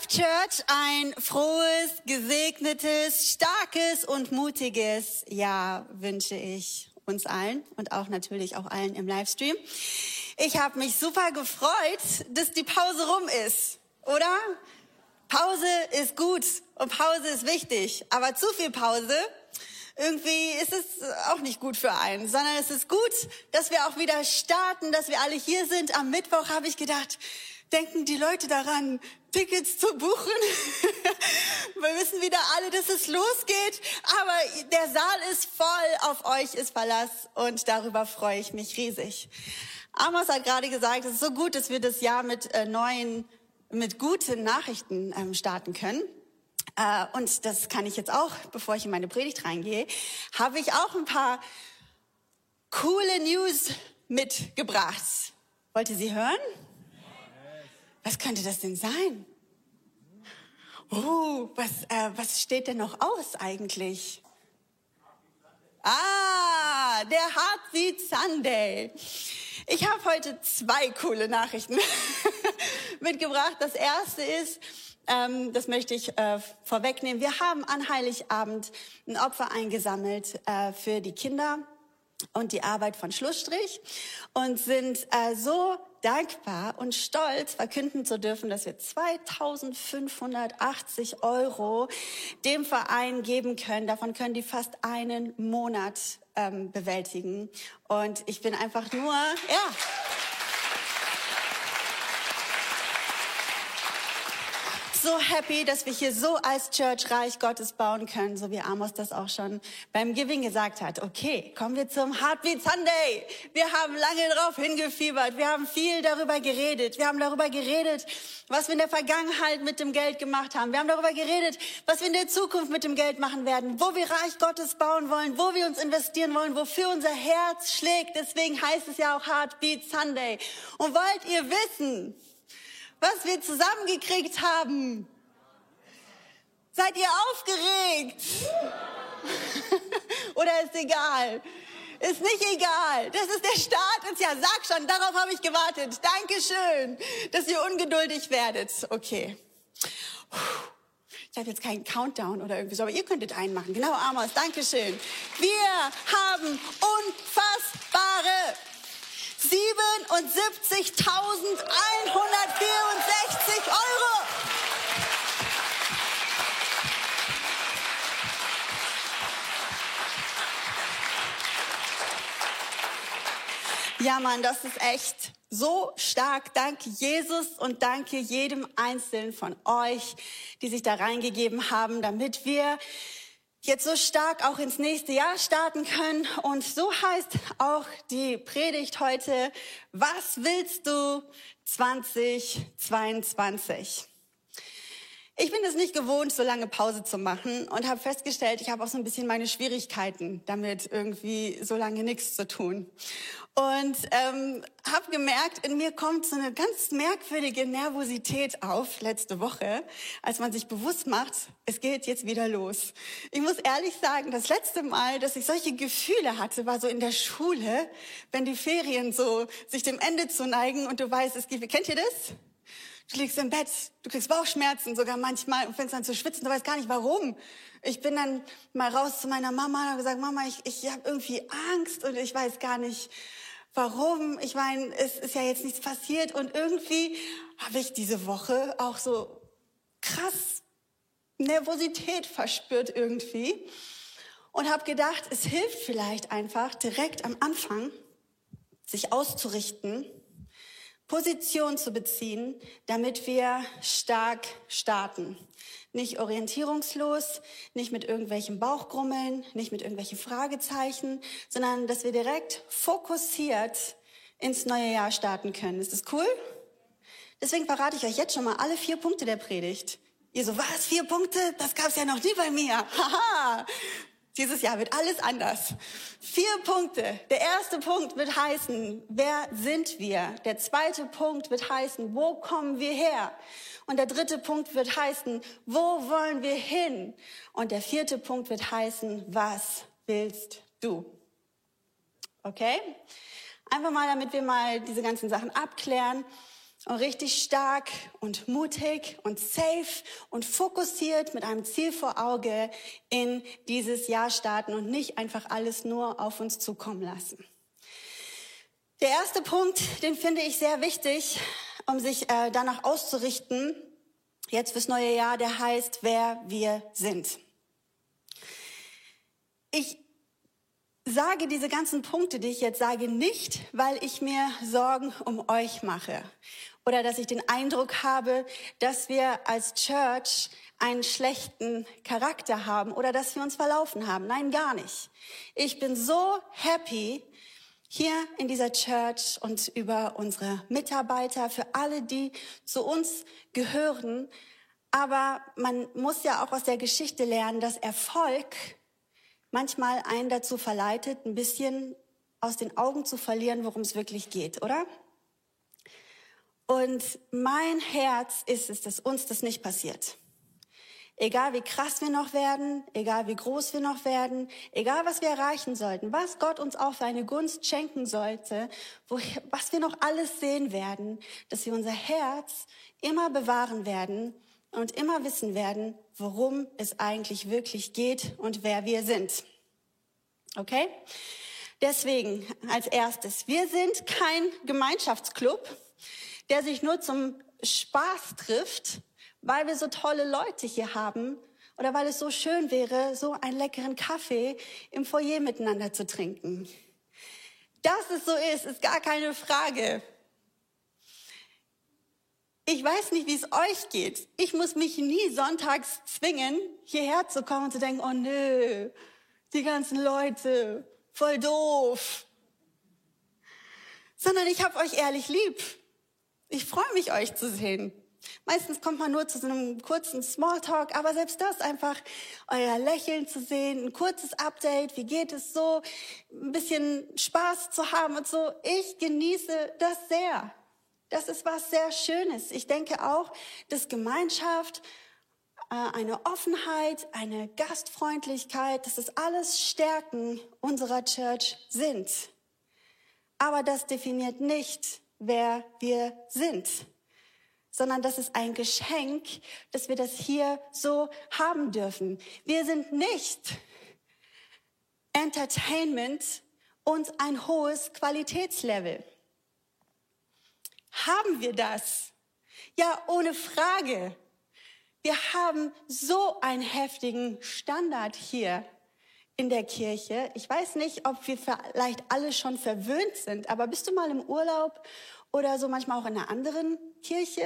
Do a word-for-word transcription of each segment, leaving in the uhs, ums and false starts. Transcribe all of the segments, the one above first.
Life Church ein frohes, gesegnetes, starkes und mutiges Jahr wünsche ich uns allen und auch natürlich auch allen im Livestream. Ich habe mich super gefreut, dass die Pause rum ist, oder? Pause ist gut und Pause ist wichtig, aber zu viel Pause, irgendwie ist es auch nicht gut für einen, sondern es ist gut, dass wir auch wieder starten, dass wir alle hier sind. Am Mittwoch habe ich gedacht, denken die Leute daran, Tickets zu buchen? Wir wissen wieder alle, dass es losgeht, aber der Saal ist voll, auf euch ist Verlass und darüber freue ich mich riesig. Amos hat gerade gesagt, es ist so gut, dass wir das Jahr mit äh, neuen, mit guten Nachrichten ähm, starten können. Äh, und das kann ich jetzt auch, bevor ich in meine Predigt reingehe, habe ich auch ein paar coole News mitgebracht. Wollt ihr sie hören? Was könnte das denn sein? Oh, was, äh, was steht denn noch aus eigentlich? Ah, der Heartbeat Sunday. Ich habe heute zwei coole Nachrichten mitgebracht. Das erste ist, ähm, das möchte ich äh, vorwegnehmen. Wir haben an Heiligabend ein Opfer eingesammelt äh, für die Kinder und die Arbeit von Schlussstrich und sind äh, so dankbar und stolz, verkünden zu dürfen, dass wir zweitausendfünfhundertachtzig Euro dem Verein geben können. Davon können die fast einen Monat ähm, bewältigen. Und ich bin einfach nur, ja... so happy, dass wir hier so als Church Reich Gottes bauen können, so wie Amos das auch schon beim Giving gesagt hat. Okay, kommen wir zum Heartbeat Sunday. Wir haben lange darauf hingefiebert. Wir haben viel darüber geredet. Wir haben darüber geredet, was wir in der Vergangenheit mit dem Geld gemacht haben. Wir haben darüber geredet, was wir in der Zukunft mit dem Geld machen werden, wo wir Reich Gottes bauen wollen, wo wir uns investieren wollen, wofür unser Herz schlägt. Deswegen heißt es ja auch Heartbeat Sunday. Und wollt ihr wissen, was wir zusammengekriegt haben? Seid ihr aufgeregt? Oder ist egal? Ist nicht egal. Das ist der Start ins Jahr. Sag schon, darauf habe ich gewartet. Dankeschön, dass ihr ungeduldig werdet. Okay. Ich habe jetzt keinen Countdown oder irgendwie so, aber ihr könntet einen machen. Genau, Amos, Dankeschön. Wir haben unfassbare siebenundsiebzigtausendeinhundertvierundsechzig Euro. Ja, Mann, das ist echt so stark. Danke Jesus und danke jedem Einzelnen von euch, die sich da reingegeben haben, damit wir jetzt so stark auch ins nächste Jahr starten können. Und so heißt auch die Predigt heute, was willst du zweitausendzweiundzwanzig? Ich bin es nicht gewohnt, so lange Pause zu machen und habe festgestellt, ich habe auch so ein bisschen meine Schwierigkeiten damit, irgendwie so lange nichts zu tun. Und ähm, habe gemerkt, in mir kommt so eine ganz merkwürdige Nervosität auf letzte Woche, als man sich bewusst macht, es geht jetzt wieder los. Ich muss ehrlich sagen, das letzte Mal, dass ich solche Gefühle hatte, war so in der Schule, wenn die Ferien so sich dem Ende zuneigen und du weißt, es geht, kennt ihr das? Du liegst im Bett, du kriegst Bauchschmerzen sogar manchmal und fängst an zu schwitzen, du weißt gar nicht warum. Ich bin dann mal raus zu meiner Mama und habe gesagt, Mama, ich, ich habe irgendwie Angst und ich weiß gar nicht warum. Ich meine, es ist ja jetzt nichts passiert und irgendwie habe ich diese Woche auch so krass Nervosität verspürt irgendwie und habe gedacht, es hilft vielleicht einfach direkt am Anfang, sich auszurichten, Position zu beziehen, damit wir stark starten. Nicht orientierungslos, nicht mit irgendwelchen Bauchgrummeln, nicht mit irgendwelchen Fragezeichen, sondern dass wir direkt fokussiert ins neue Jahr starten können. Ist das cool? Deswegen verrate ich euch jetzt schon mal alle vier Punkte der Predigt. Ihr so, was, vier Punkte? Das gab's ja noch nie bei mir. Haha! Dieses Jahr wird alles anders. Vier Punkte. Der erste Punkt wird heißen, wer sind wir? Der zweite Punkt wird heißen, wo kommen wir her? Und der dritte Punkt wird heißen, wo wollen wir hin? Und der vierte Punkt wird heißen, was willst du? Okay? Einfach mal, damit wir mal diese ganzen Sachen abklären. und richtig stark und mutig und safe und fokussiert mit einem Ziel vor Auge in dieses Jahr starten und nicht einfach alles nur auf uns zukommen lassen. Der erste Punkt, den finde ich sehr wichtig, um sich äh, danach auszurichten, jetzt fürs neue Jahr, der heißt, wer wir sind. Ich sage diese ganzen Punkte, die ich jetzt sage, nicht, weil ich mir Sorgen um euch mache oder dass ich den Eindruck habe, dass wir als Church einen schlechten Charakter haben oder dass wir uns verlaufen haben. Nein, gar nicht. Ich bin so happy hier in dieser Church und über unsere Mitarbeiter, für alle, die zu uns gehören. Aber man muss ja auch aus der Geschichte lernen, dass Erfolg manchmal einen dazu verleitet, ein bisschen aus den Augen zu verlieren, worum es wirklich geht, oder? Und mein Herz ist es, dass uns das nicht passiert. Egal wie krass wir noch werden, egal wie groß wir noch werden, egal was wir erreichen sollten, was Gott uns auch für eine Gunst schenken sollte, wo, was wir noch alles sehen werden, dass wir unser Herz immer bewahren werden und immer wissen werden, worum es eigentlich wirklich geht und wer wir sind. Okay? Deswegen als erstes, wir sind kein Gemeinschaftsclub, der sich nur zum Spaß trifft, weil wir so tolle Leute hier haben oder weil es so schön wäre, so einen leckeren Kaffee im Foyer miteinander zu trinken. Dass es so ist, ist gar keine Frage. Ich weiß nicht, wie es euch geht. Ich muss mich nie sonntags zwingen, hierher zu kommen und zu denken, oh nö, die ganzen Leute, voll doof. Sondern ich hab euch ehrlich lieb. Ich freue mich, euch zu sehen. Meistens kommt man nur zu so einem kurzen Smalltalk, aber selbst das einfach, euer Lächeln zu sehen, ein kurzes Update, wie geht es so, ein bisschen Spaß zu haben und so. Ich genieße das sehr. Das ist was sehr Schönes. Ich denke auch, dass Gemeinschaft, eine Offenheit, eine Gastfreundlichkeit, dass das alles Stärken unserer Church sind. Aber das definiert nicht, wer wir sind, sondern das ist ein Geschenk, dass wir das hier so haben dürfen. Wir sind nicht Entertainment und ein hohes Qualitätslevel. Haben wir das? Ja, ohne Frage. Wir haben so einen heftigen Standard hier in der Kirche. Ich weiß nicht, ob wir vielleicht alle schon verwöhnt sind, aber bist du mal im Urlaub oder so manchmal auch in einer anderen Kirche,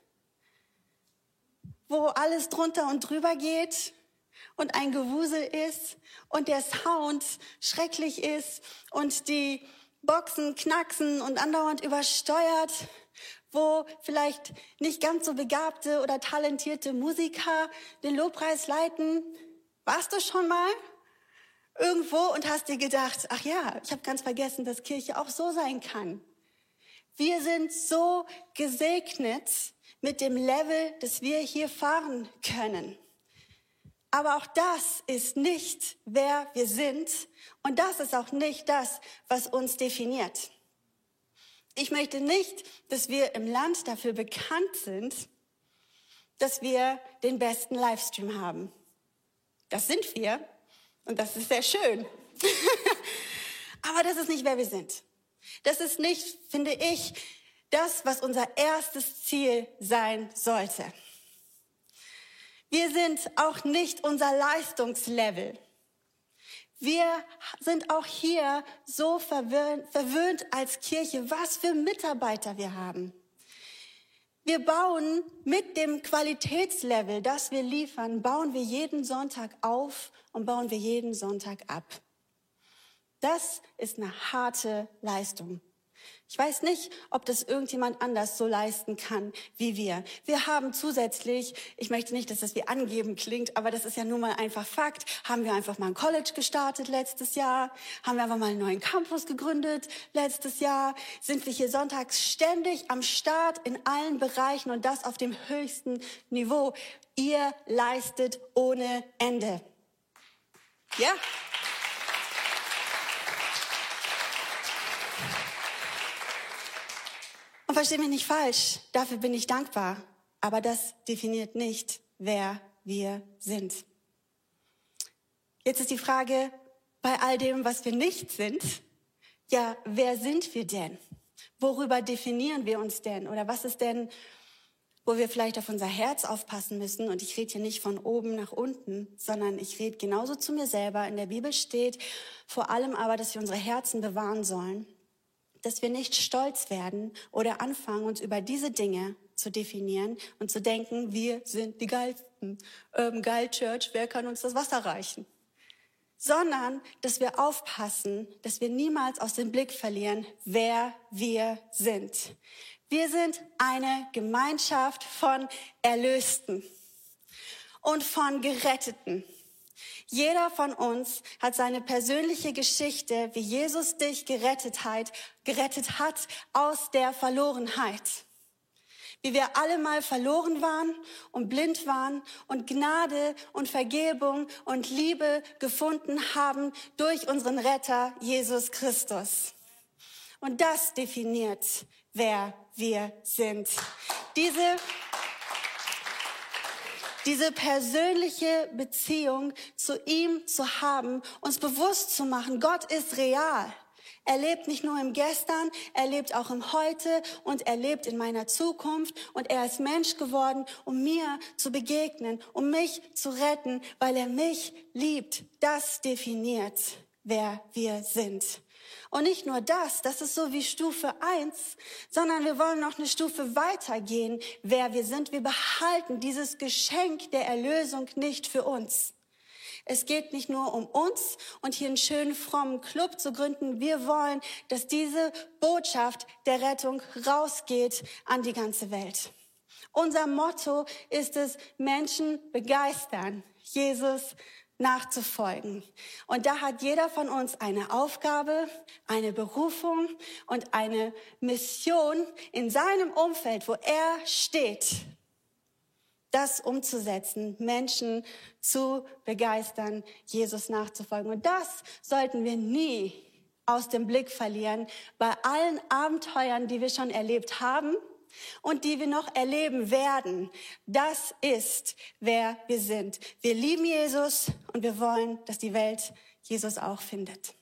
wo alles drunter und drüber geht und ein Gewusel ist und der Sound schrecklich ist und die Boxen knacksen und andauernd übersteuert, wo vielleicht nicht ganz so begabte oder talentierte Musiker den Lobpreis leiten. Warst du schon mal irgendwo und hast dir gedacht, ach ja, ich habe ganz vergessen, dass Kirche auch so sein kann. Wir sind so gesegnet mit dem Level, das wir hier fahren können. Aber auch das ist nicht, wer wir sind. Und das ist auch nicht das, was uns definiert. Ich möchte nicht, dass wir im Land dafür bekannt sind, dass wir den besten Livestream haben. Das sind wir und das ist sehr schön. Aber das ist nicht, wer wir sind. Das ist nicht, finde ich, das, was unser erstes Ziel sein sollte. Wir sind auch nicht unser Leistungslevel. Wir sind auch hier so verwöhnt, verwöhnt als Kirche, was für Mitarbeiter wir haben. Wir bauen mit dem Qualitätslevel, das wir liefern, bauen wir jeden Sonntag auf und bauen wir jeden Sonntag ab. Das ist eine harte Leistung. Ich weiß nicht, ob das irgendjemand anders so leisten kann wie wir. Wir haben zusätzlich, ich möchte nicht, dass das wie angeben klingt, aber das ist ja nun mal einfach Fakt, haben wir einfach mal ein College gestartet letztes Jahr, haben wir einfach mal einen neuen Campus gegründet letztes Jahr, sind wir hier sonntags ständig am Start in allen Bereichen und das auf dem höchsten Niveau. Ihr leistet ohne Ende. Ja. Und Und versteh mich nicht falsch, dafür bin ich dankbar. Aber das definiert nicht, wer wir sind. Jetzt ist die Frage, bei all dem, was wir nicht sind, ja, wer sind wir denn? Worüber definieren wir uns denn? Oder was ist denn, wo wir vielleicht auf unser Herz aufpassen müssen? Und ich rede hier nicht von oben nach unten, sondern ich rede genauso zu mir selber. In der Bibel steht vor allem aber, dass wir unsere Herzen bewahren sollen, dass wir nicht stolz werden oder anfangen, uns über diese Dinge zu definieren und zu denken, wir sind die Geilsten. Ähm, geil, Church, wer kann uns das Wasser reichen? Sondern, dass wir aufpassen, dass wir niemals aus dem Blick verlieren, wer wir sind. Wir sind eine Gemeinschaft von Erlösten und von Geretteten. Jeder von uns hat seine persönliche Geschichte, wie Jesus dich gerettet hat, gerettet hat aus der Verlorenheit. Wie wir alle mal verloren waren und blind waren und Gnade und Vergebung und Liebe gefunden haben durch unseren Retter Jesus Christus. Und das definiert, wer wir sind. Diese Diese persönliche Beziehung zu ihm zu haben, uns bewusst zu machen, Gott ist real. Er lebt nicht nur im Gestern, er lebt auch im Heute und er lebt in meiner Zukunft und er ist Mensch geworden, um mir zu begegnen, um mich zu retten, weil er mich liebt. Das definiert, wer wir sind. Und nicht nur das, das ist so wie Stufe eins, sondern wir wollen noch eine Stufe weitergehen, wer wir sind. Wir behalten dieses Geschenk der Erlösung nicht für uns. Es geht nicht nur um uns und hier einen schönen, frommen Club zu gründen. Wir wollen, dass diese Botschaft der Rettung rausgeht an die ganze Welt. Unser Motto ist es, Menschen begeistern, Jesus nachzufolgen. Und da hat jeder von uns eine Aufgabe, eine Berufung und eine Mission in seinem Umfeld, wo er steht, das umzusetzen, Menschen zu begeistern, Jesus nachzufolgen. Und das sollten wir nie aus dem Blick verlieren bei allen Abenteuern, die wir schon erlebt haben und die wir noch erleben werden. Das ist, wer wir sind. Wir lieben Jesus und wir wollen, dass die Welt Jesus auch findet.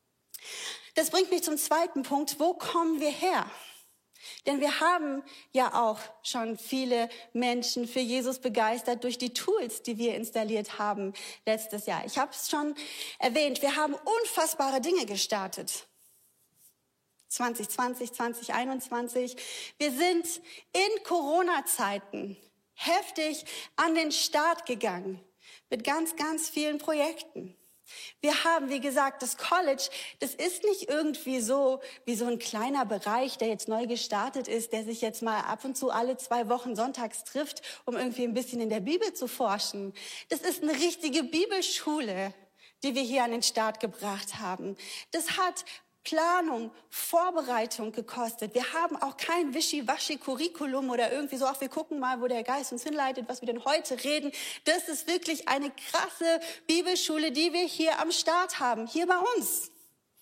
Das bringt mich zum zweiten Punkt. Wo kommen wir her? Denn wir haben ja auch schon viele Menschen für Jesus begeistert durch die Tools, die wir installiert haben letztes Jahr. Ich habe es schon erwähnt, wir haben unfassbare Dinge gestartet. zwanzig zwanzig, zwanzig einundzwanzig. Wir sind in Corona-Zeiten heftig an den Start gegangen mit ganz, ganz vielen Projekten. Wir haben, wie gesagt, das College, das ist nicht irgendwie so wie so ein kleiner Bereich, der jetzt neu gestartet ist, der sich jetzt mal ab und zu alle zwei Wochen sonntags trifft, um irgendwie ein bisschen in der Bibel zu forschen. Das ist eine richtige Bibelschule, die wir hier an den Start gebracht haben. Das hat Planung, Vorbereitung gekostet. Wir haben auch kein Wischiwaschi-Curriculum oder irgendwie so, ach, wir gucken mal, wo der Geist uns hinleitet, was wir denn heute reden. Das ist wirklich eine krasse Bibelschule, die wir hier am Start haben, hier bei uns.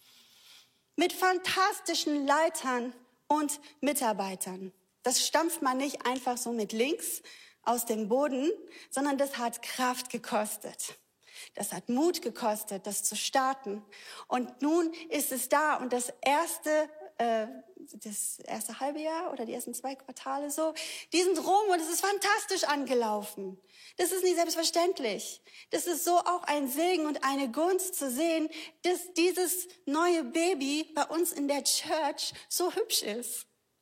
Mit fantastischen Leitern und Mitarbeitern. Das stampft man nicht einfach so mit links aus dem Boden, sondern das hat Kraft gekostet. Das hat Mut gekostet, das zu starten. Und nun ist es da und das erste, äh, das erste halbe Jahr oder die ersten zwei Quartale so, die sind rum und es ist fantastisch angelaufen. Das ist nicht selbstverständlich. Das ist so auch ein Segen und eine Gunst zu sehen, dass dieses neue Baby bei uns in der Church so hübsch ist.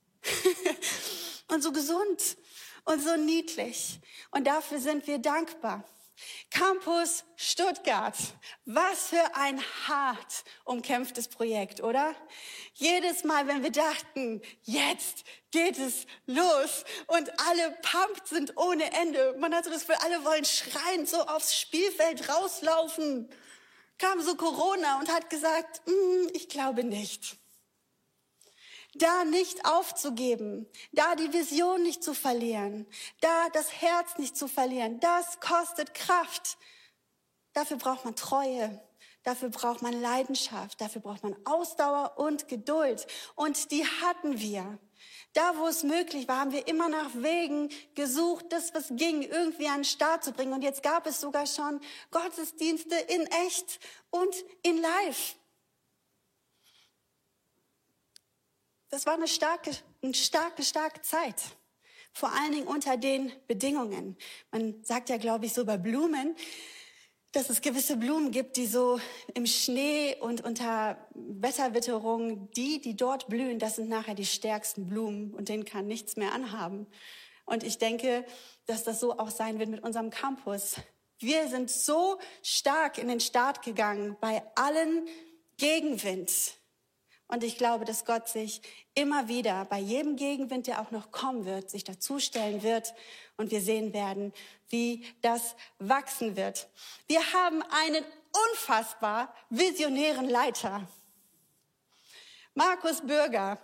Und so gesund und so niedlich. Und dafür sind wir dankbar. Campus Stuttgart. Was für ein hart umkämpftes Projekt, oder? Jedes Mal, wenn wir dachten, jetzt geht es los und alle pumped sind ohne Ende. Man hat so das Gefühl, alle wollen schreiend so aufs Spielfeld rauslaufen. Kam so Corona und hat gesagt, mm, ich glaube nicht. Da nicht aufzugeben, da die Vision nicht zu verlieren, da das Herz nicht zu verlieren, das kostet Kraft. Dafür braucht man Treue, dafür braucht man Leidenschaft, dafür braucht man Ausdauer und Geduld. Und die hatten wir. Da, wo es möglich war, haben wir immer nach Wegen gesucht, das, was ging, irgendwie an den Start zu bringen. Und jetzt gab es sogar schon Gottesdienste in echt und in live. Das war eine starke, eine starke, starke Zeit. Vor allen Dingen unter den Bedingungen. Man sagt ja, glaube ich, so bei Blumen, dass es gewisse Blumen gibt, die so im Schnee und unter Wetterwitterung, die, die dort blühen, das sind nachher die stärksten Blumen und denen kann nichts mehr anhaben. Und ich denke, dass das so auch sein wird mit unserem Campus. Wir sind so stark in den Start gegangen bei allen Gegenwind. Und ich glaube, dass Gott sich immer wieder bei jedem Gegenwind, der auch noch kommen wird, sich dazustellen wird und wir sehen werden, wie das wachsen wird. Wir haben einen unfassbar visionären Leiter, Markus Bürger,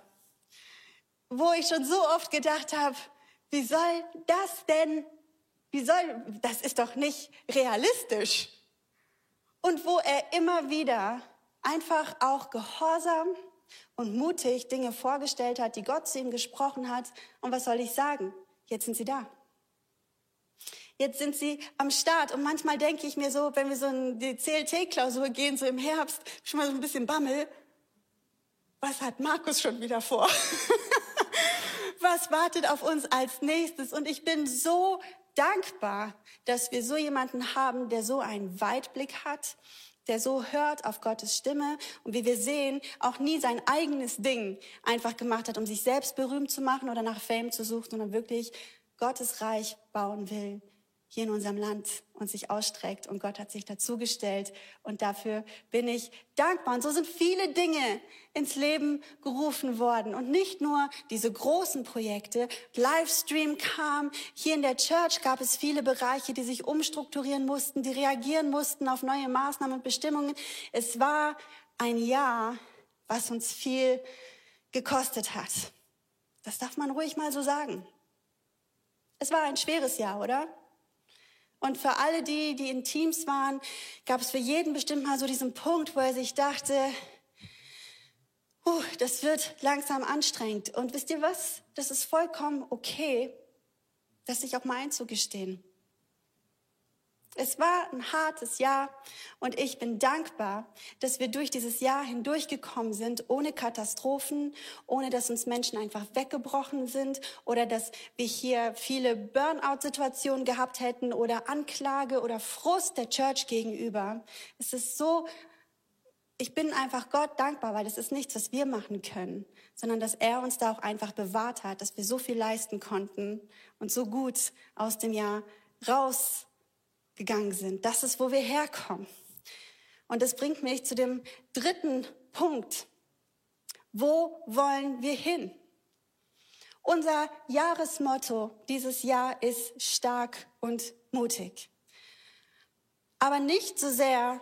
wo ich schon so oft gedacht habe, wie soll das denn, wie soll, das ist doch nicht realistisch. Und wo er immer wieder einfach auch gehorsam und mutig Dinge vorgestellt hat, die Gott zu ihm gesprochen hat. Und was soll ich sagen? Jetzt sind sie da. Jetzt sind sie am Start. Und manchmal denke ich mir so, wenn wir so in die C L T-Klausur gehen, so im Herbst, schon mal so ein bisschen Bammel. Was hat Markus schon wieder vor? Was wartet auf uns als nächstes? Und ich bin so dankbar, dass wir so jemanden haben, der so einen Weitblick hat, der so hört auf Gottes Stimme und wie wir sehen, auch nie sein eigenes Ding einfach gemacht hat, um sich selbst berühmt zu machen oder nach Fame zu suchen, sondern wirklich Gottes Reich bauen will hier in unserem Land und sich ausstreckt. Und Gott hat sich dazugestellt und dafür bin ich dankbar. Und so sind viele Dinge ins Leben gerufen worden und nicht nur diese großen Projekte. Livestream kam, hier in der Church gab es viele Bereiche, die sich umstrukturieren mussten, die reagieren mussten auf neue Maßnahmen und Bestimmungen. Es war ein Jahr, was uns viel gekostet hat. Das darf man ruhig mal so sagen. Es war ein schweres Jahr, oder? Und für alle die, die in Teams waren, gab es für jeden bestimmt mal so diesen Punkt, wo er sich dachte, uh, das wird langsam anstrengend. Und wisst ihr was? Das ist vollkommen okay, das sich auch mal einzugestehen. Es war ein hartes Jahr und ich bin dankbar, dass wir durch dieses Jahr hindurchgekommen sind, ohne Katastrophen, ohne dass uns Menschen einfach weggebrochen sind oder dass wir hier viele Burnout-Situationen gehabt hätten oder Anklage oder Frust der Church gegenüber. Es ist so, ich bin einfach Gott dankbar, weil das ist nichts, was wir machen können, sondern dass er uns da auch einfach bewahrt hat, dass wir so viel leisten konnten und so gut aus dem Jahr raus gegangen sind. Das ist, wo wir herkommen. Und das bringt mich zu dem dritten Punkt. Wo wollen wir hin? Unser Jahresmotto dieses Jahr ist stark und mutig. Aber nicht so sehr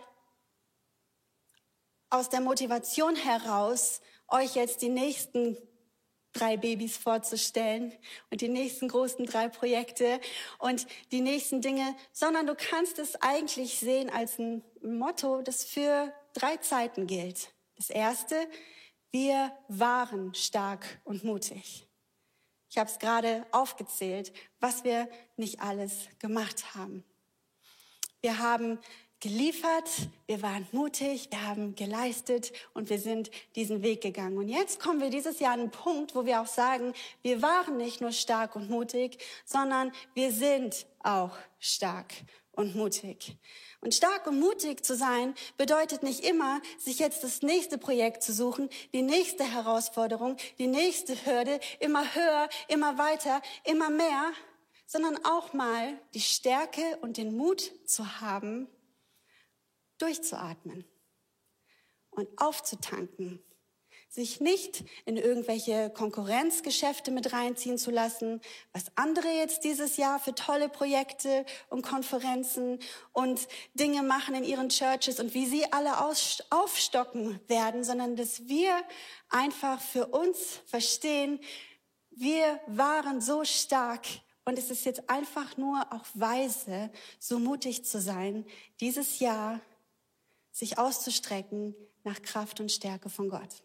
aus der Motivation heraus, euch jetzt die nächsten drei Babys vorzustellen und die nächsten großen drei Projekte und die nächsten Dinge, sondern du kannst es eigentlich sehen als ein Motto, das für drei Zeiten gilt. Das erste, wir waren stark und mutig. Ich habe es gerade aufgezählt, was wir nicht alles gemacht haben. Wir haben geliefert, wir waren mutig, wir haben geleistet und wir sind diesen Weg gegangen. Und jetzt kommen wir dieses Jahr an einen Punkt, wo wir auch sagen, wir waren nicht nur stark und mutig, sondern wir sind auch stark und mutig. Und stark und mutig zu sein bedeutet nicht immer, sich jetzt das nächste Projekt zu suchen, die nächste Herausforderung, die nächste Hürde, immer höher, immer weiter, immer mehr, sondern auch mal die Stärke und den Mut zu haben, durchzuatmen und aufzutanken, sich nicht in irgendwelche Konkurrenzgeschäfte mit reinziehen zu lassen, was andere jetzt dieses Jahr für tolle Projekte und Konferenzen und Dinge machen in ihren Churches und wie sie alle aufstocken werden, sondern dass wir einfach für uns verstehen, wir waren so stark und es ist jetzt einfach nur auch weise, so mutig zu sein, dieses Jahr sich auszustrecken nach Kraft und Stärke von Gott.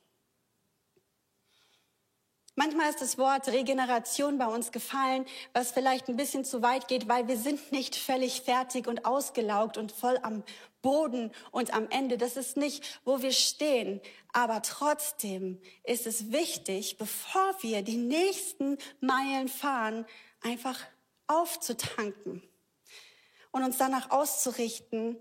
Manchmal ist das Wort Regeneration bei uns gefallen, was vielleicht ein bisschen zu weit geht, weil wir sind nicht völlig fertig und ausgelaugt und voll am Boden und am Ende. Das ist nicht, wo wir stehen. Aber trotzdem ist es wichtig, bevor wir die nächsten Meilen fahren, einfach aufzutanken und uns danach auszurichten,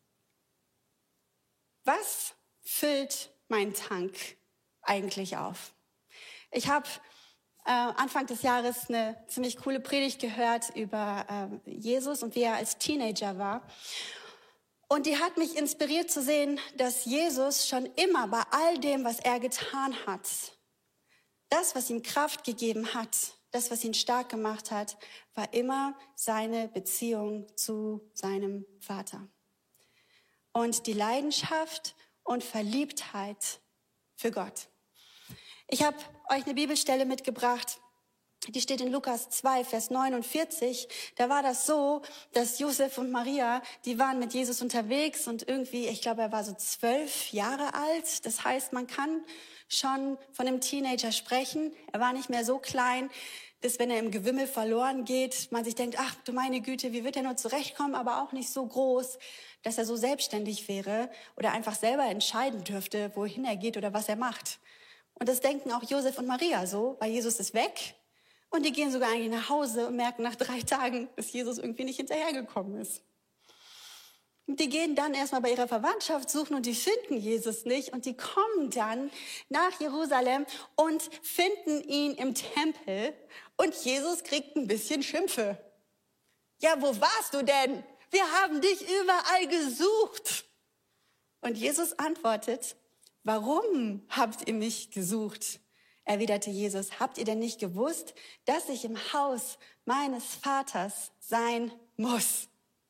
was füllt mein Tank eigentlich auf? Ich habe äh, Anfang des Jahres eine ziemlich coole Predigt gehört über äh, Jesus und wie er als Teenager war. Und die hat mich inspiriert zu sehen, dass Jesus schon immer bei all dem, was er getan hat, das, was ihm Kraft gegeben hat, das, was ihn stark gemacht hat, war immer seine Beziehung zu seinem Vater. Und die Leidenschaft und Verliebtheit für Gott. Ich habe euch eine Bibelstelle mitgebracht, die steht in Lukas zwei, Vers neunundvierzig. Da war das so, dass Josef und Maria, die waren mit Jesus unterwegs und irgendwie, ich glaube, er war so zwölf Jahre alt. Das heißt, man kann schon von einem Teenager sprechen. Er war nicht mehr so klein, dass wenn er im Gewimmel verloren geht, man sich denkt, ach du meine Güte, wie wird er nur zurechtkommen, aber auch nicht so groß, dass er so selbstständig wäre oder einfach selber entscheiden dürfte, wohin er geht oder was er macht. Und das denken auch Josef und Maria so, weil Jesus ist weg und die gehen sogar eigentlich nach Hause und merken nach drei Tagen, dass Jesus irgendwie nicht hinterhergekommen ist. Und die gehen dann erstmal bei ihrer Verwandtschaft suchen und die finden Jesus nicht und die kommen dann nach Jerusalem und finden ihn im Tempel und Jesus kriegt ein bisschen Schimpfe. Ja, wo warst du denn? Wir haben dich überall gesucht. Und Jesus antwortet, warum habt ihr mich gesucht? Erwiderte Jesus, habt ihr denn nicht gewusst, dass ich im Haus meines Vaters sein muss?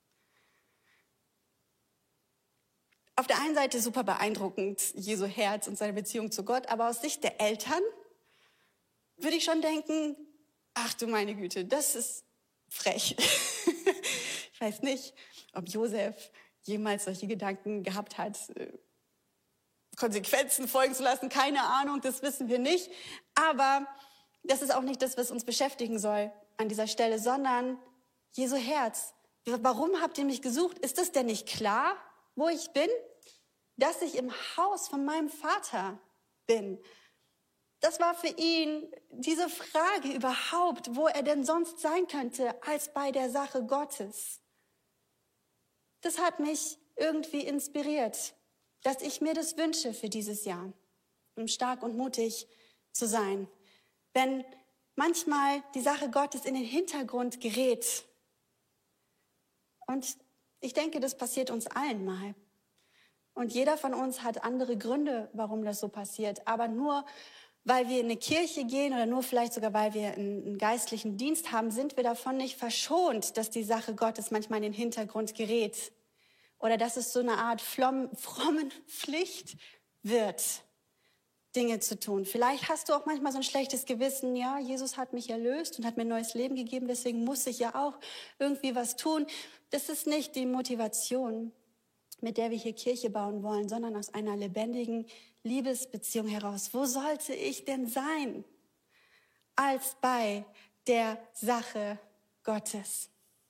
Auf der einen Seite super beeindruckend, Jesu Herz und seine Beziehung zu Gott, aber aus Sicht der Eltern würde ich schon denken, ach du meine Güte, das ist frech. Ich weiß nicht, ob Josef jemals solche Gedanken gehabt hat, Konsequenzen folgen zu lassen, keine Ahnung, das wissen wir nicht. Aber das ist auch nicht das, was uns beschäftigen soll an dieser Stelle, sondern Jesu Herz. Warum habt ihr mich gesucht? Ist es denn nicht klar, wo ich bin? Dass ich im Haus von meinem Vater bin. Das war für ihn diese Frage überhaupt, wo er denn sonst sein könnte, als bei der Sache Gottes. Das hat mich irgendwie inspiriert, dass ich mir das wünsche für dieses Jahr, um stark und mutig zu sein. Wenn manchmal die Sache Gottes in den Hintergrund gerät. Und ich denke, das passiert uns allen mal. Und jeder von uns hat andere Gründe, warum das so passiert. Aber nur weil wir in eine Kirche gehen oder nur vielleicht sogar, weil wir einen, einen geistlichen Dienst haben, sind wir davon nicht verschont, dass die Sache Gottes manchmal in den Hintergrund gerät. Oder dass es so eine Art fromm, frommen Pflicht wird, Dinge zu tun. Vielleicht hast du auch manchmal so ein schlechtes Gewissen, ja, Jesus hat mich erlöst und hat mir ein neues Leben gegeben, deswegen muss ich ja auch irgendwie was tun. Das ist nicht die Motivation, mit der wir hier Kirche bauen wollen, sondern aus einer lebendigen Liebesbeziehung heraus. Wo sollte ich denn sein, als bei der Sache Gottes?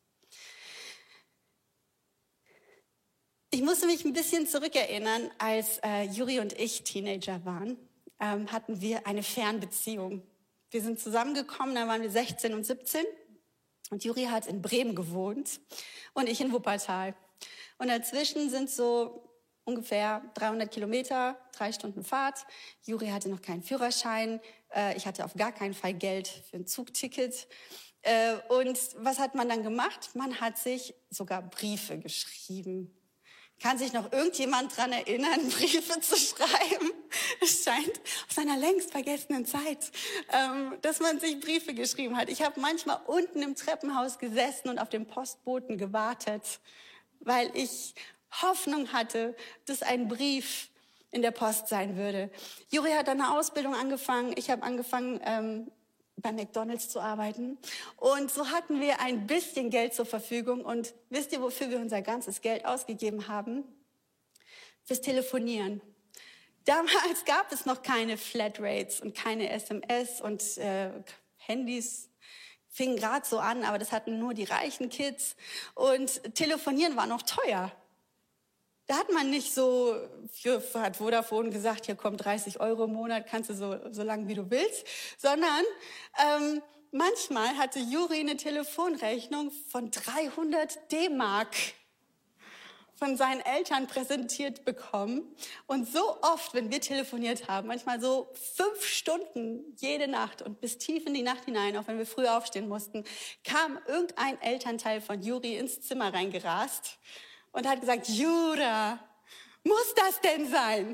Ich musste mich ein bisschen zurückerinnern, als äh, Juri und ich Teenager waren, ähm, hatten wir eine Fernbeziehung. Wir sind zusammengekommen, da waren wir sechzehn und siebzehn und Juri hat in Bremen gewohnt und ich in Wuppertal. Und dazwischen sind so ungefähr dreihundert Kilometer, drei Stunden Fahrt. Juri hatte noch keinen Führerschein, äh, ich hatte auf gar keinen Fall Geld für ein Zugticket. Äh, und was hat man dann gemacht? Man hat sich sogar Briefe geschrieben. Kann sich noch irgendjemand dran erinnern, Briefe zu schreiben? Es scheint aus einer längst vergessenen Zeit, ähm, dass man sich Briefe geschrieben hat. Ich habe manchmal unten im Treppenhaus gesessen und auf den Postboten gewartet, weil ich Hoffnung hatte, dass ein Brief in der Post sein würde. Juri hat eine Ausbildung angefangen. Ich habe angefangen, ähm, bei McDonald's zu arbeiten. Und so hatten wir ein bisschen Geld zur Verfügung. Und wisst ihr, wofür wir unser ganzes Geld ausgegeben haben? fürs Telefonieren. Damals gab es noch keine Flatrates und keine S M S und äh, Handys fingen gerade so an, aber das hatten nur die reichen Kids. Und Telefonieren war noch teuer. Da hat man nicht so, für, hat Vodafone gesagt, hier kommt dreißig Euro im Monat, kannst du so, so lange wie du willst, sondern ähm, manchmal hatte Juri eine Telefonrechnung von dreihundert D-Mark von seinen Eltern präsentiert bekommen. Und so oft, wenn wir telefoniert haben, manchmal so fünf Stunden jede Nacht und bis tief in die Nacht hinein, auch wenn wir früh aufstehen mussten, kam irgendein Elternteil von Juri ins Zimmer reingerast und hat gesagt, Jura, muss das denn sein?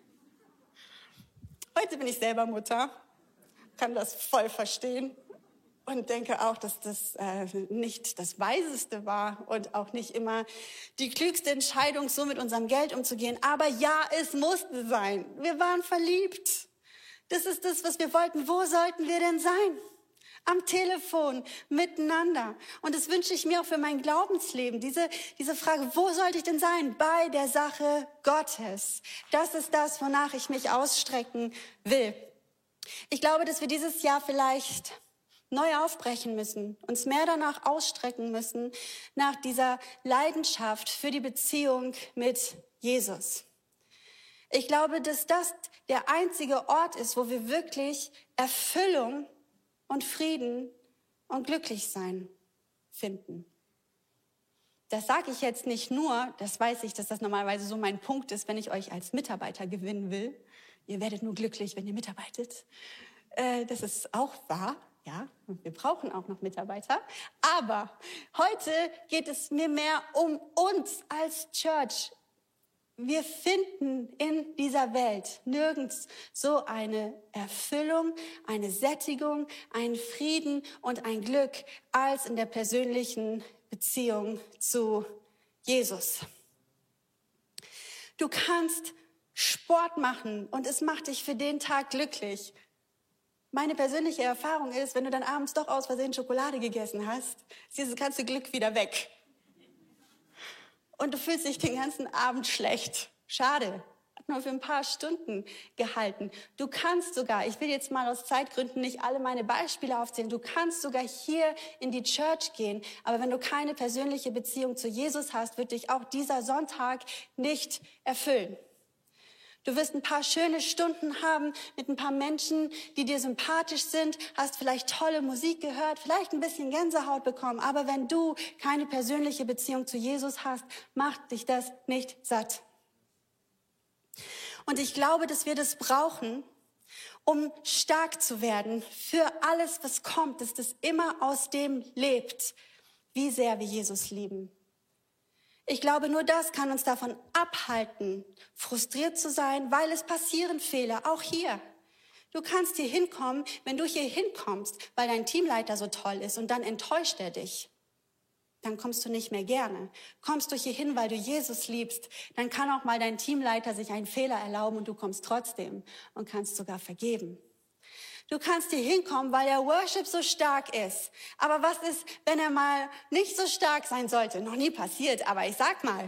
Heute bin ich selber Mutter, kann das voll verstehen und denke auch, dass das äh, nicht das Weiseste war und auch nicht immer die klügste Entscheidung, so mit unserem Geld umzugehen. Aber ja, es musste sein. Wir waren verliebt. Das ist das, was wir wollten. Wo sollten wir denn sein? Am Telefon, miteinander. Und das wünsche ich mir auch für mein Glaubensleben. Diese, diese Frage, wo sollte ich denn sein? Bei der Sache Gottes. Das ist das, wonach ich mich ausstrecken will. Ich glaube, dass wir dieses Jahr vielleicht neu aufbrechen müssen, uns mehr danach ausstrecken müssen, nach dieser Leidenschaft für die Beziehung mit Jesus. Ich glaube, dass das der einzige Ort ist, wo wir wirklich Erfüllung und Frieden und Glücklichsein finden. Das sage ich jetzt nicht nur, das weiß ich, dass das normalerweise so mein Punkt ist, wenn ich euch als Mitarbeiter gewinnen will. Ihr werdet nur glücklich, wenn ihr mitarbeitet. Äh, das ist auch wahr, ja, und wir brauchen auch noch Mitarbeiter. Aber heute geht es mir mehr um uns als Church. Wir finden in dieser Welt nirgends so eine Erfüllung, eine Sättigung, einen Frieden und ein Glück als in der persönlichen Beziehung zu Jesus. Du kannst Sport machen und es macht dich für den Tag glücklich. Meine persönliche Erfahrung ist, wenn du dann abends doch aus Versehen Schokolade gegessen hast, ist dieses ganze Glück wieder weg. Und du fühlst dich den ganzen Abend schlecht. Schade. Hat nur für ein paar Stunden gehalten. Du kannst sogar, ich will jetzt mal aus Zeitgründen nicht alle meine Beispiele aufzählen, du kannst sogar hier in die Church gehen, aber wenn du keine persönliche Beziehung zu Jesus hast, wird dich auch dieser Sonntag nicht erfüllen. Du wirst ein paar schöne Stunden haben mit ein paar Menschen, die dir sympathisch sind, hast vielleicht tolle Musik gehört, vielleicht ein bisschen Gänsehaut bekommen. Aber wenn du keine persönliche Beziehung zu Jesus hast, macht dich das nicht satt. Und ich glaube, dass wir das brauchen, um stark zu werden für alles, was kommt, dass das immer aus dem lebt, wie sehr wir Jesus lieben. Ich glaube, nur das kann uns davon abhalten, frustriert zu sein, weil es passieren Fehler, auch hier. Du kannst hier hinkommen, wenn du hier hinkommst, weil dein Teamleiter so toll ist und dann enttäuscht er dich. Dann kommst du nicht mehr gerne. Kommst du hier hin, weil du Jesus liebst, dann kann auch mal dein Teamleiter sich einen Fehler erlauben und du kommst trotzdem und kannst sogar vergeben. Du kannst hier hinkommen, weil der Worship so stark ist. Aber was ist, wenn er mal nicht so stark sein sollte? Noch nie passiert, aber ich sag mal.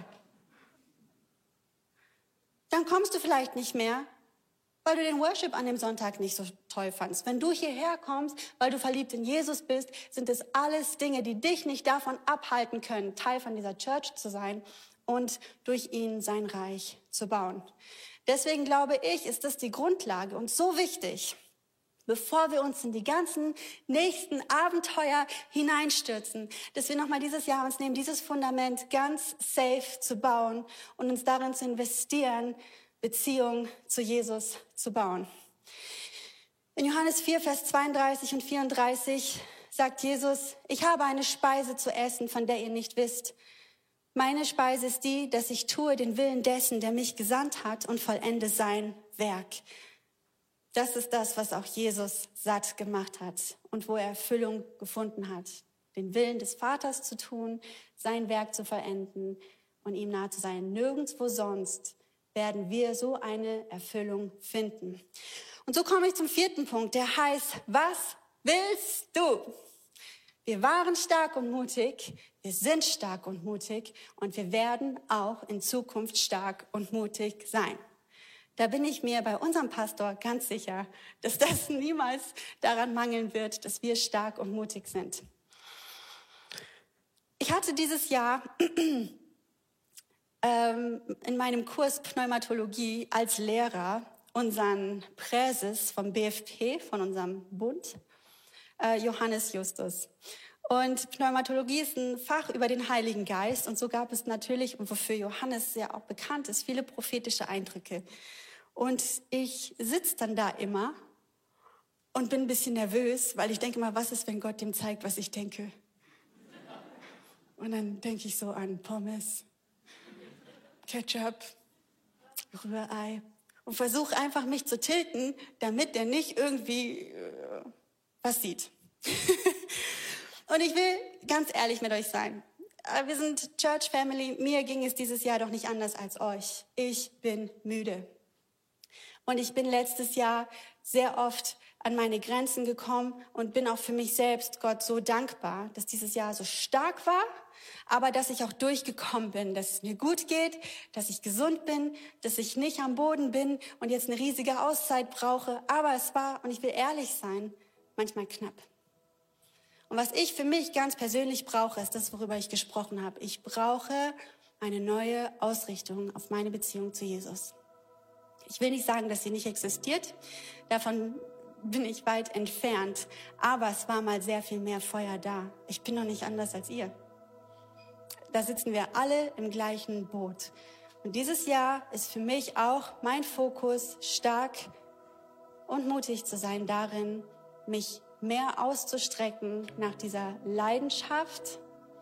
Dann kommst du vielleicht nicht mehr, weil du den Worship an dem Sonntag nicht so toll fandst. Wenn du hierher kommst, weil du verliebt in Jesus bist, sind es alles Dinge, die dich nicht davon abhalten können, Teil von dieser Church zu sein und durch ihn sein Reich zu bauen. Deswegen glaube ich, ist das die Grundlage und so wichtig, bevor wir uns in die ganzen nächsten Abenteuer hineinstürzen, dass wir nochmal dieses Jahr uns nehmen, dieses Fundament ganz safe zu bauen und uns darin zu investieren, Beziehung zu Jesus zu bauen. In Johannes vier, Vers zweiunddreißig und vierunddreißig sagt Jesus, ich habe eine Speise zu essen, von der ihr nicht wisst. Meine Speise ist die, dass ich tue den Willen dessen, der mich gesandt hat und vollende sein Werk. Das ist das, was auch Jesus satt gemacht hat und wo er Erfüllung gefunden hat. Den Willen des Vaters zu tun, sein Werk zu vollenden und ihm nahe zu sein. Nirgendwo sonst werden wir so eine Erfüllung finden. Und so komme ich zum vierten Punkt, der heißt, was willst du? Wir waren stark und mutig, Wir sind stark und mutig und wir werden auch in Zukunft stark und mutig sein. Da bin ich mir bei unserem Pastor ganz sicher, dass das niemals daran mangeln wird, dass wir stark und mutig sind. Ich hatte dieses Jahr ähm, in meinem Kurs Pneumatologie als Lehrer unseren Präses vom B F P, von unserem Bund, äh, Johannes Justus. Und Pneumatologie ist ein Fach über den Heiligen Geist und so gab es natürlich, und wofür Johannes ja auch bekannt ist, viele prophetische Eindrücke. Und ich sitze dann da immer und bin ein bisschen nervös, weil ich denke mal, was ist, wenn Gott dem zeigt, was ich denke? Und dann denke ich so an Pommes, Ketchup, Rührei und versuche einfach mich zu tilten, damit der nicht irgendwie äh, was sieht. Und ich will ganz ehrlich mit euch sein. Wir sind Church Family. Mir ging es dieses Jahr doch nicht anders als euch. Ich bin müde. Und ich bin letztes Jahr sehr oft an meine Grenzen gekommen und bin auch für mich selbst Gott so dankbar, dass dieses Jahr so stark war, aber dass ich auch durchgekommen bin, dass es mir gut geht, dass ich gesund bin, dass ich nicht am Boden bin und jetzt eine riesige Auszeit brauche. Aber es war, und ich will ehrlich sein, manchmal knapp. Und was ich für mich ganz persönlich brauche, ist das, worüber ich gesprochen habe. Ich brauche eine neue Ausrichtung auf meine Beziehung zu Jesus. Ich will nicht sagen, dass sie nicht existiert. Davon bin ich weit entfernt. Aber es war mal sehr viel mehr Feuer da. Ich bin noch nicht anders als ihr. Da sitzen wir alle im gleichen Boot. Und dieses Jahr ist für mich auch mein Fokus, stark und mutig zu sein darin, mich mehr auszustrecken nach dieser Leidenschaft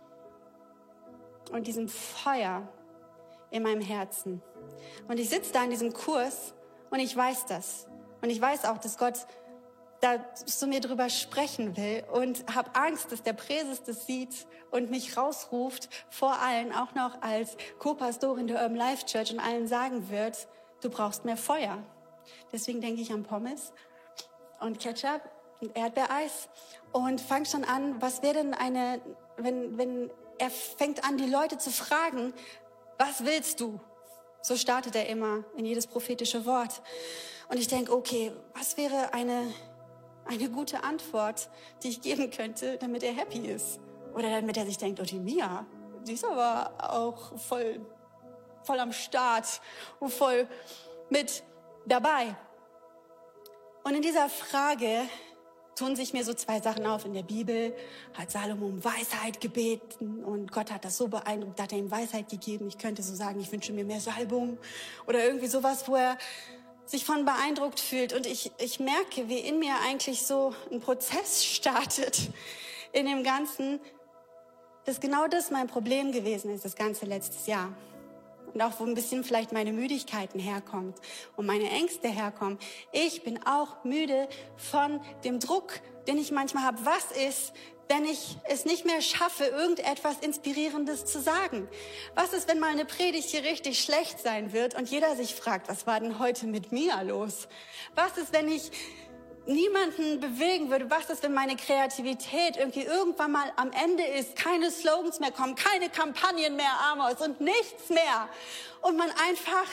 und diesem Feuer in meinem Herzen. Und ich sitze da in diesem Kurs und ich weiß das. Und ich weiß auch, dass Gott da zu mir drüber sprechen will und habe Angst, dass der Präses das sieht und mich rausruft, vor allen, auch noch als Co-Pastorin der Urban Life Church und allen sagen wird, du brauchst mehr Feuer. Deswegen denke ich an Pommes und Ketchup und Erdbeereis und fangt schon an, was wäre denn eine, wenn, wenn er fängt an, die Leute zu fragen, was willst du? So startet er immer in jedes prophetische Wort. Und ich denke, okay, was wäre eine, eine gute Antwort, die ich geben könnte, damit er happy ist? Oder damit er sich denkt, oh, die Mia, die ist aber auch voll, voll am Start und voll mit dabei. Und in dieser Frage tun sich mir so zwei Sachen auf. In der Bibel hat Salomo um Weisheit gebeten und Gott hat das so beeindruckt, hat er ihm Weisheit gegeben. Ich könnte so sagen, ich wünsche mir mehr Salbung oder irgendwie sowas, wo er sich von beeindruckt fühlt. Und ich, ich merke, wie in mir eigentlich so ein Prozess startet in dem Ganzen, dass genau das mein Problem gewesen ist, das ganze letztes Jahr. Und auch wo ein bisschen vielleicht meine Müdigkeiten herkommt und meine Ängste herkommen. Ich bin auch müde von dem Druck, den ich manchmal habe. Was ist, wenn ich es nicht mehr schaffe, irgendetwas Inspirierendes zu sagen? Was ist, wenn mal eine Predigt hier richtig schlecht sein wird und jeder sich fragt, was war denn heute mit Mia los? Was ist, wenn ich niemanden bewegen würde? Was ist, wenn meine Kreativität irgendwie irgendwann mal am Ende ist, keine Slogans mehr kommen, keine Kampagnen mehr, Amos und nichts mehr und man einfach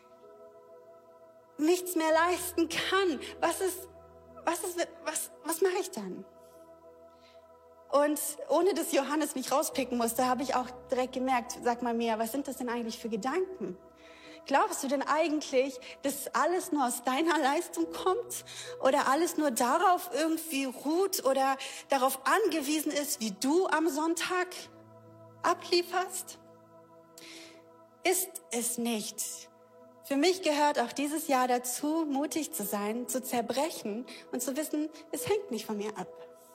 nichts mehr leisten kann? Was ist, was ist, was, was mache ich dann? Und ohne dass Johannes mich rauspicken musste, habe ich auch direkt gemerkt, sag mal Mia, was sind das denn eigentlich für Gedanken? Glaubst du denn eigentlich, dass alles nur aus deiner Leistung kommt oder alles nur darauf irgendwie ruht oder darauf angewiesen ist, wie du am Sonntag ablieferst? Ist es nicht. Für mich gehört auch dieses Jahr dazu, mutig zu sein, zu zerbrechen und zu wissen, es hängt nicht von mir ab.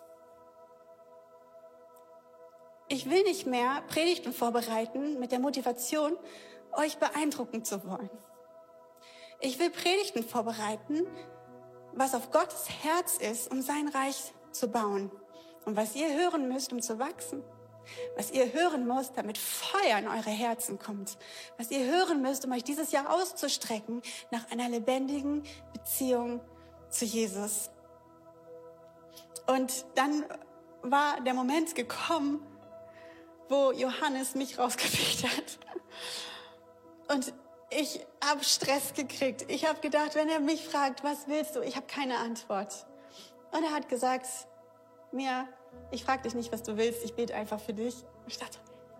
Ich will nicht mehr Predigten vorbereiten mit der Motivation, euch beeindrucken zu wollen. Ich will Predigten vorbereiten, was auf Gottes Herz ist, um sein Reich zu bauen. Und was ihr hören müsst, um zu wachsen. Was ihr hören müsst, damit Feuer in eure Herzen kommt. Was ihr hören müsst, um euch dieses Jahr auszustrecken nach einer lebendigen Beziehung zu Jesus. Und dann war der Moment gekommen, wo Johannes mich rausgepickt hat. Und ich habe Stress gekriegt. Ich habe gedacht, wenn er mich fragt, was willst du? Ich habe keine Antwort. Und er hat gesagt, Mia, ich frage dich nicht, was du willst, ich bete einfach für dich. Und ich dachte,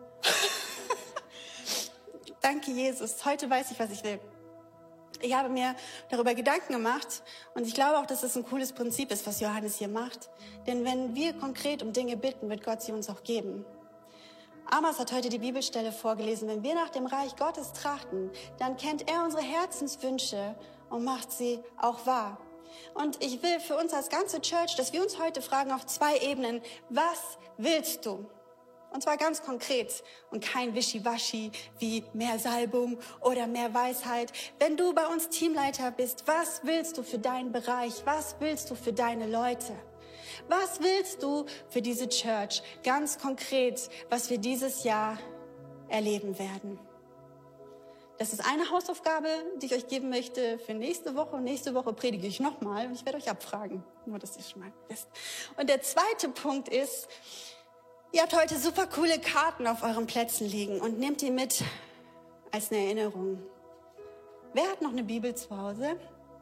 danke Jesus, heute weiß ich, was ich will. Ich habe mir darüber Gedanken gemacht und ich glaube auch, dass es ein cooles Prinzip ist, was Johannes hier macht. Denn wenn wir konkret um Dinge bitten, wird Gott sie uns auch geben. Amos hat heute die Bibelstelle vorgelesen. Wenn wir nach dem Reich Gottes trachten, dann kennt er unsere Herzenswünsche und macht sie auch wahr. Und ich will für uns als ganze Church, dass wir uns heute fragen auf zwei Ebenen, was willst du? Und zwar ganz konkret und kein Wischiwaschi wie mehr Salbung oder mehr Weisheit. Wenn du bei uns Teamleiter bist, was willst du für deinen Bereich? Was willst du für deine Leute? Was willst du für diese Church? Ganz konkret, was wir dieses Jahr erleben werden. Das ist eine Hausaufgabe, die ich euch geben möchte für nächste Woche. Und nächste Woche predige ich nochmal und ich werde euch abfragen. Nur, dass ihr schon mal wisst. Und der zweite Punkt ist, ihr habt heute super coole Karten auf euren Plätzen liegen und nehmt die mit als eine Erinnerung. Wer hat noch eine Bibel zu Hause?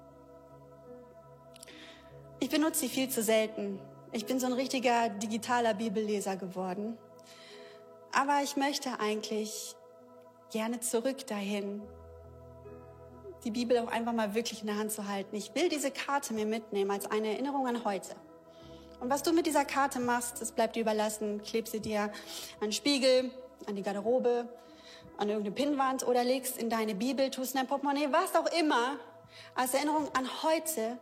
Ich benutze sie viel zu selten. Ich bin so ein richtiger digitaler Bibelleser geworden. Aber ich möchte eigentlich gerne zurück dahin, die Bibel auch einfach mal wirklich in der Hand zu halten. Ich will diese Karte mir mitnehmen als eine Erinnerung an heute. Und was du mit dieser Karte machst, das bleibt dir überlassen. Kleb sie dir an den Spiegel, an die Garderobe, an irgendeine Pinnwand oder legst in deine Bibel, tust in dein Portemonnaie, was auch immer, als Erinnerung an heute,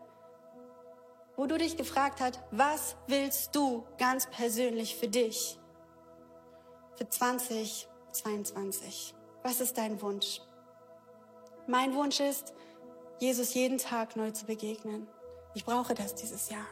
wo du dich gefragt hast, was willst du ganz persönlich für dich? Für zwanzig zweiundzwanzig. Was ist dein Wunsch? Mein Wunsch ist, Jesus jeden Tag neu zu begegnen. Ich brauche das dieses Jahr.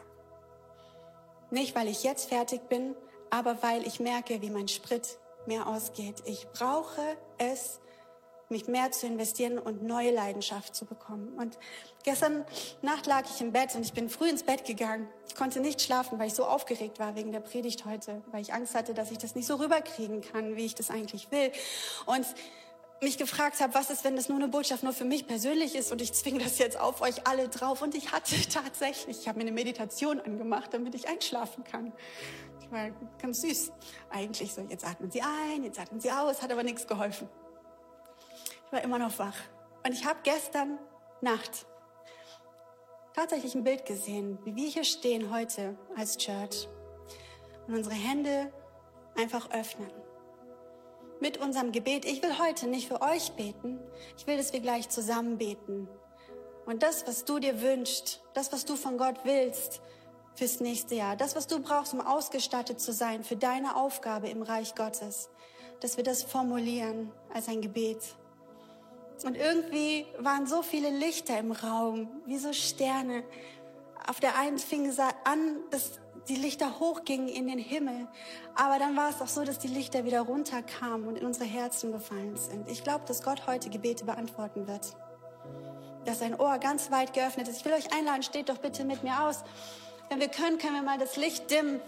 Nicht, weil ich jetzt fertig bin, aber weil ich merke, wie mein Sprit mehr ausgeht. Ich brauche es, mich mehr zu investieren und neue Leidenschaft zu bekommen. Und gestern Nacht lag ich im Bett und ich bin früh ins Bett gegangen. Ich konnte nicht schlafen, weil ich so aufgeregt war wegen der Predigt heute, weil ich Angst hatte, dass ich das nicht so rüberkriegen kann, wie ich das eigentlich will. Und mich gefragt habe, was ist, wenn das nur eine Botschaft nur für mich persönlich ist und ich zwinge das jetzt auf euch alle drauf. Und ich hatte tatsächlich, ich habe mir eine Meditation angemacht, damit ich einschlafen kann. Ich war ganz süß eigentlich so, jetzt atmen Sie ein, jetzt atmen Sie aus, hat aber nichts geholfen. Ich war immer noch wach. Und ich habe gestern Nacht tatsächlich ein Bild gesehen, wie wir hier stehen heute als Church und unsere Hände einfach öffnen. Mit unserem Gebet. Ich will heute nicht für euch beten. Ich will, dass wir gleich zusammen beten. Und das, was du dir wünschst, das, was du von Gott willst fürs nächste Jahr, das, was du brauchst, um ausgestattet zu sein für deine Aufgabe im Reich Gottes, dass wir das formulieren als ein Gebet. Und irgendwie waren so viele Lichter im Raum, wie so Sterne. Auf der einen fing es an, dass die Lichter hochgingen in den Himmel. Aber dann war es auch so, dass die Lichter wieder runterkamen und in unsere Herzen gefallen sind. Ich glaube, dass Gott heute Gebete beantworten wird. Dass sein Ohr ganz weit geöffnet ist. Ich will euch einladen, steht doch bitte mit mir aus. Wenn wir können, können wir mal das Licht dimmen.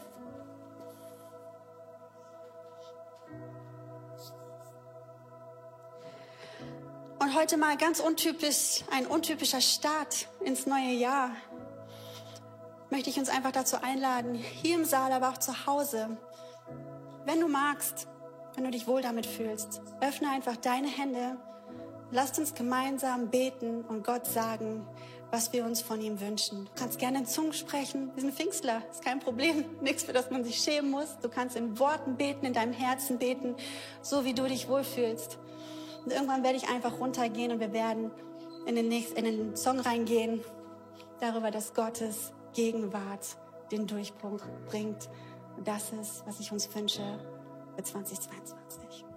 Und heute mal ganz untypisch, ein untypischer Start ins neue Jahr. Möchte ich uns einfach dazu einladen, hier im Saal, aber auch zu Hause, wenn du magst, wenn du dich wohl damit fühlst, öffne einfach deine Hände, lasst uns gemeinsam beten und Gott sagen, was wir uns von ihm wünschen. Du kannst gerne in Zungen sprechen, wir sind Pfingstler, ist kein Problem, nichts, für das man sich schämen muss. Du kannst in Worten beten, in deinem Herzen beten, so wie du dich wohlfühlst. Und irgendwann werde ich einfach runtergehen und wir werden in den, nächsten, in den Song reingehen, darüber, dass Gottes Gegenwart den Durchbruch bringt. Und das ist, was ich uns wünsche für zwanzig zweiundzwanzig.